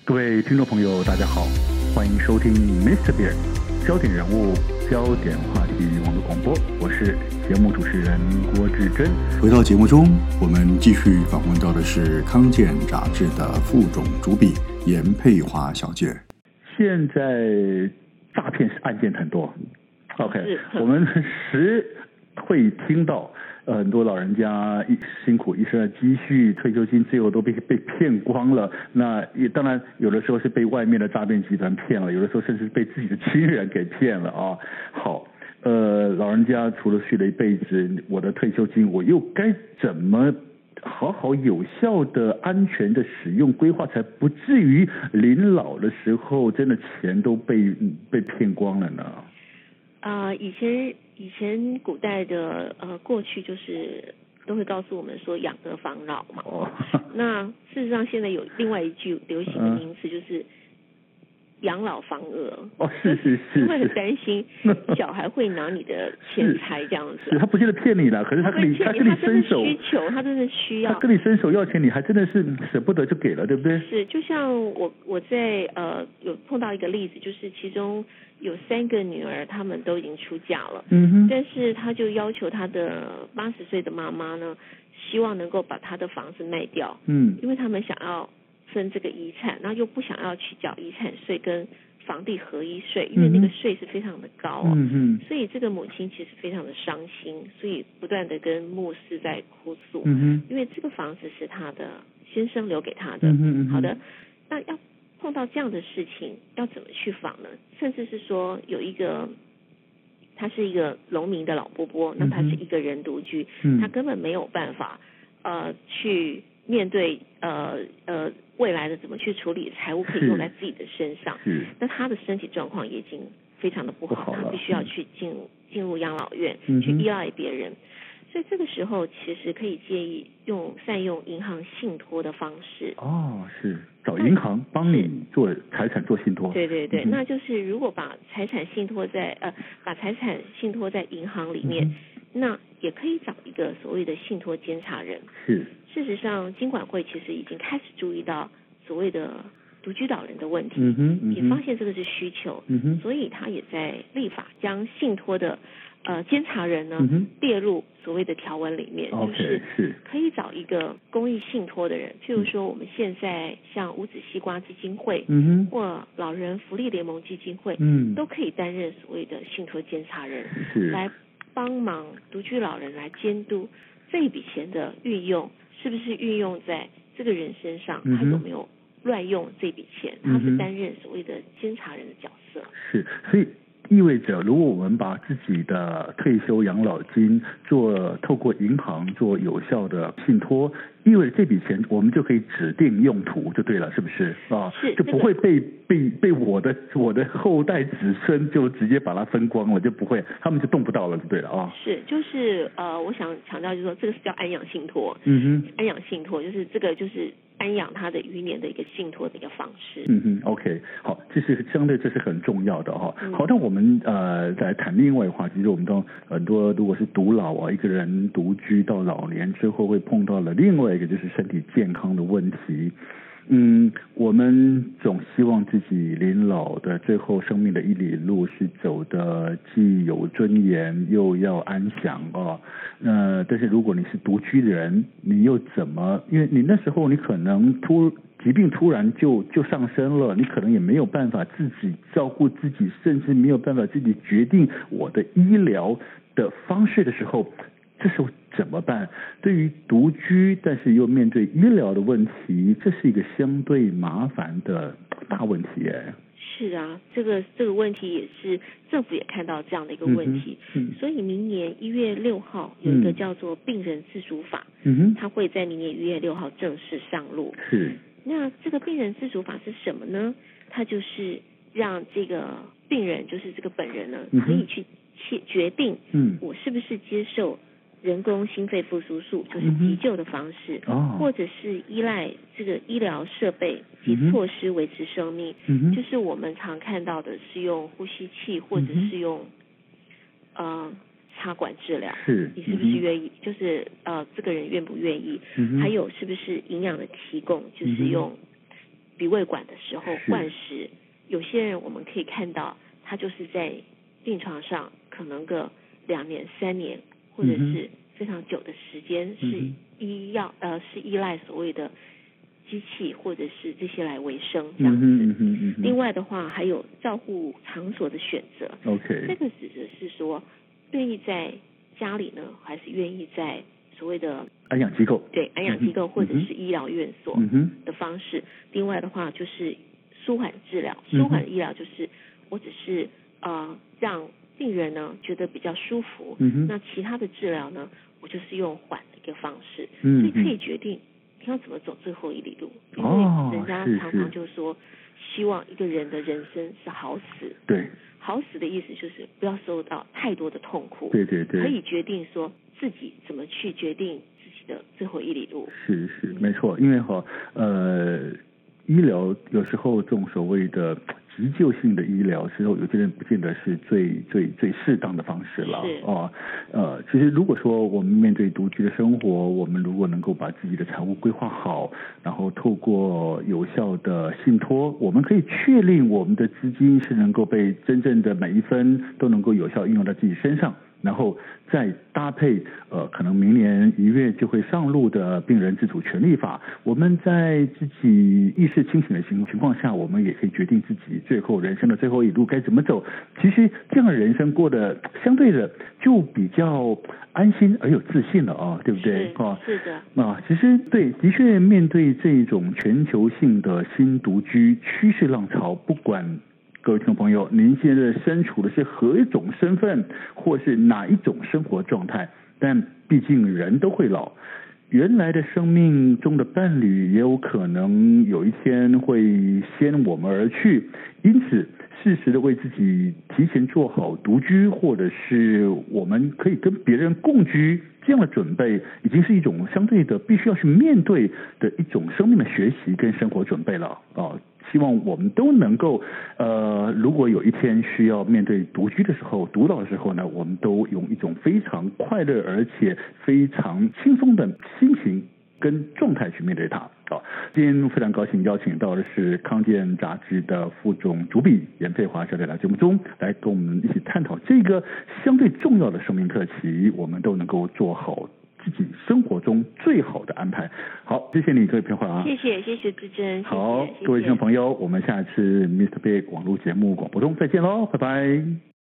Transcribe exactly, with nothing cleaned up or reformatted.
各位听众朋友大家好，欢迎收听 Mister Bear 焦点人物焦点话题网络广播，我是节目主持人郭志珍。 回到节目中，我们继续访问到的是康健杂志的副总主笔严佩华小姐。 现在诈骗案件很多 OK， 我们时会听到呃，很多老人家一辛苦一生的积蓄、退休金，最后都被被骗光了。那也当然有的时候是被外面的诈骗集团骗了，有的时候甚至被自己的亲人给骗了啊。好，呃，老人家除了睡了一辈子，我的退休金我又该怎么好好有效的、安全的使用规划，才不至于临老的时候真的钱都被被骗光了呢？ 啊、呃，以前以前古代的呃过去就是都会告诉我们说养儿防老嘛。哦。那事实上现在有另外一句流行的名词，就是养老防饿。 哦，是是是。 因为很担心小孩会拿你的钱财这样子。 是，他不见得骗你了，可是他跟你他跟你伸手， 需求他真的需要， 他跟你伸手要钱，你还真的是舍不得就给了，对不对？ 是，就像我我在呃有碰到一个例子，就是其中有三个女儿，她们都已经出嫁了， 嗯哼， 但是他就要求他的八十岁的妈妈呢，希望能够把他的房子卖掉， 嗯， 因为他们想要分这个遗产，然后又不想要去缴遗产税跟房地合一税，因为那个税是非常的高哦， 嗯嗯， 所以这个母亲其实非常的伤心，所以不断的跟牧师在哭诉， 嗯哼， 因为这个房子是他的先生留给他的， 嗯哼嗯哼， 好的，那要碰到这样的事情要怎么去防呢？甚至是说有一个他是一个农民的老伯伯，那他是一个人独居， 嗯， 他根本没有办法呃去面对呃呃未来的怎么去处理财务可以用在自己的身上，那他的身体状况也已经非常的不好， 不好他必须要去进入进入养老院， 嗯， 去依赖别人。所以这个时候其实可以建议用善用银行信托的方式。 哦，是找银行帮你做财产做信托。 对对对， 嗯， 那就是如果把财产信托在呃把财产信托在银行里面，嗯，那也可以找一个所谓的信托监察人。 是， 事实上金管会其实已经开始注意到所谓的独居老人的问题， 嗯哼，嗯哼， 也发现这个是需求， 嗯哼， 所以他也在立法将信托的呃监察人呢， 嗯， 列入所谓的条文里面， okay， 就是可以找一个公益信托的人，譬如说我们现在像五子西瓜基金会， 嗯哼， 或老人福利联盟基金会， 嗯，都可以担任所谓的信托监察人， 是来帮忙独居老人来监督这一笔钱的运用是不是运用在这个人身上， 嗯， 他有没有乱用这笔钱，他是担任所谓的监察人的角色。 是，所以意味着如果我们把自己的退休养老金做透过银行做有效的信托，意味着这笔钱我们就可以指定用途就对了，是不是啊？ 是， 就不会被被被我的我的后代子孙就直接把它分光了，就不会，他们就动不到了就对了啊。 是，就是呃，我想强调就是说，这个是叫安养信托。 嗯哼， 安养信托就是这个就是安养他的余年的一个信托的一个方式。 嗯哼 ，OK， 好，这是相对这是很重要的哈。 嗯、 好，那我们呃再谈另外一个话题，就是我们都很多如果是独老啊，一个人独居到老年之后会碰到了另外一个就是身体健康的问题。嗯，我们总希望自己临老的最后生命的一里路是走的既有尊严又要安详啊。呃，但是如果你是独居人，你又怎么？因为你那时候你可能突疾病突然就就上升了，你可能也没有办法自己照顾自己，甚至没有办法自己决定我的医疗的方式的时候，这时候怎么办？对于独居但是又面对医疗的问题，这是一个相对麻烦的大问题哎。 是啊，这个这个问题也是政府也看到这样的一个问题， 嗯嗯、 所以明年一月六号有一个叫做病人自主法， 嗯哼， 它会在明年一月六号正式上路。 是， 那这个病人自主法是什么呢？它就是让这个病人，就是这个本人呢，可以去决定，嗯，我是不是接受人工心肺复苏术，就是急救的方式， 嗯、 或者是依赖这个医疗设备及措施维持生命， 嗯、 就是我们常看到的是用呼吸器，或者是用、嗯、呃插管治疗， 是你是不是愿意？嗯、就是呃这个人愿不愿意？ 嗯、 还有是不是营养的提供，就是用鼻胃管的时候灌食，有些人我们可以看到他就是在病床上可能个两年三年或者是非常久的时间是医药呃是依赖所谓的机器或者是这些来维生这样子。嗯嗯嗯嗯、另外的话还有照护场所的选择。 OK， 这个指的是说愿意在家里呢，还是愿意在所谓的安养机构？ 对，安养机构或者是医疗院所的方式。嗯、另外的话就是舒缓治疗，舒缓医疗就是我只是呃让病人呢觉得比较舒服，嗯、那其他的治疗呢，我就是用缓的一个方式，嗯、所以可以决定你要怎么走最后一里路。因为人家常常就说，希望一个人的人生是好死。 对。 好死的意思就是不要受到太多的痛苦， 对对对， 可以决定说自己怎么去决定自己的最后一里路。 是是，没错，因为哈呃，医疗有时候这种所谓的急救性的医疗，时候有些人不见得是最最最适当的方式了哦。呃，其实如果说我们面对独居的生活，我们如果能够把自己的财务规划好，然后透过有效的信托，我们可以确定我们的资金是能够被真正的每一分都能够有效运用到自己身上。然后再搭配呃，可能明年一月就会上路的病人自主权利法，我们在自己意识清醒的情情况下，我们也可以决定自己最后人生的最后一路该怎么走。其实这样的人生过得相对的就比较安心而有自信了啊，对不对？ 啊，是的。 啊，其实对，的确面对这种全球性的新独居趋势浪潮，不管各位听众朋友，您现在身处的是何一种身份，或是哪一种生活状态？但毕竟人都会老，原来的生命中的伴侣也有可能有一天会先我们而去，因此适时的为自己提前做好独居，或者是我们可以跟别人共居这样的准备，已经是一种相对的必须要去面对的一种生命的学习跟生活准备了啊。希望我们都能够，呃，如果有一天需要面对独居的时候、独老的时候呢，我们都用一种非常快乐而且非常轻松的心情跟状态去面对它。好，今天非常高兴邀请到的是康健杂志的副总主笔严佩华小姐来节目中来跟我们一起探讨这个相对重要的生命课题，我们都能够做好自己生活中最好的安排。好，谢谢你，各位佩华。 谢谢，谢谢志珍。 好，各位听众朋友，我们下次 Mister Big 网络节目广播中再见喽，拜拜。